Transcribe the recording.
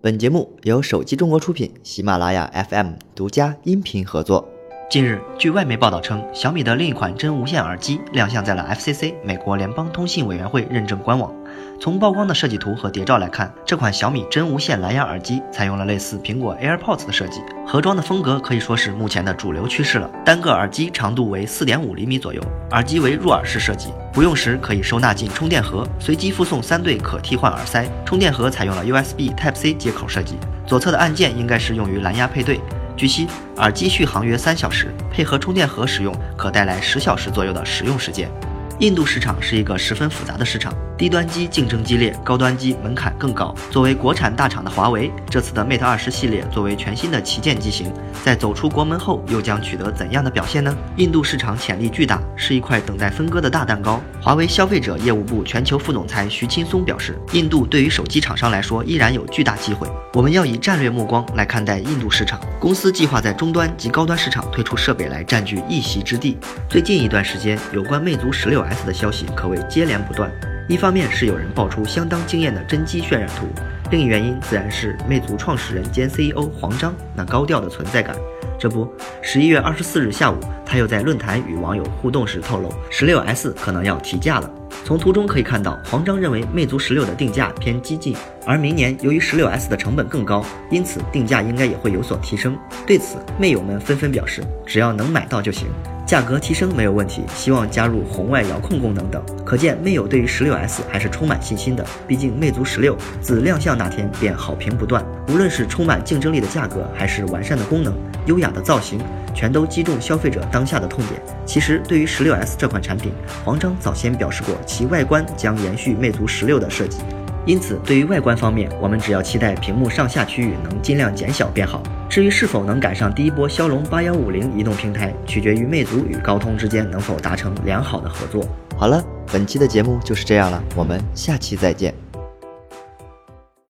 本节目由手机中国出品，喜马拉雅 FM 独家音频合作。近日，据外媒报道称，小米的另一款真无线耳机亮相在了 FCC 美国联邦通信委员会认证官网。从曝光的设计图和谍照来看，这款小米真无线蓝牙耳机采用了类似苹果 AirPods 的设计，盒装的风格可以说是目前的主流趋势了。单个耳机长度为 4.5 厘米左右，耳机为入耳式设计，不用时可以收纳进充电盒，随机附送3对可替换耳塞。充电盒采用了 USB Type-C 接口设计，左侧的按键应该是用于蓝牙配对。据悉，耳机续航约3小时，配合充电盒使用，可带来10小时左右的使用时间。印度市场是一个十分复杂的市场，低端机竞争激烈，高端机门槛更高。作为国产大厂的华为，这次的 Mate 20系列作为全新的旗舰机型，在走出国门后又将取得怎样的表现呢？印度市场潜力巨大，是一块等待分割的大蛋糕。华为消费者业务部全球副总裁徐青松表示，印度对于手机厂商来说依然有巨大机会，我们要以战略目光来看待印度市场。公司计划在中端及高端市场推出设备来占据一席之地。最近一段时间，有关魅族16S的消息可谓接连不断。一方面是有人爆出相当惊艳的真机渲染图，另一原因自然是魅族创始人兼 CEO 黄章那高调的存在感。这不，11月24日下午，他又在论坛与网友互动时透露，16S 可能要提价了。从图中可以看到，黄章认为魅族16的定价偏激进，而明年由于16S 的成本更高，因此定价应该也会有所提升。对此，魅友们纷纷表示，只要能买到就行，价格提升没有问题，希望加入红外遥控功能等。可见魅友对于16S 还是充满信心的，毕竟魅族16自亮相那天便好评不断，无论是充满竞争力的价格，还是完善的功能、优雅的造型，全都击中消费者当下的痛点。其实对于16S 这款产品，黄章早先表示过其外观将延续魅族16的设计，因此对于外观方面，我们只要期待屏幕上下区域能尽量减小便好。至于是否能赶上第一波骁龙8150移动平台，取决于魅族与高通之间能否达成良好的合作。好了，本期的节目就是这样了，我们下期再见。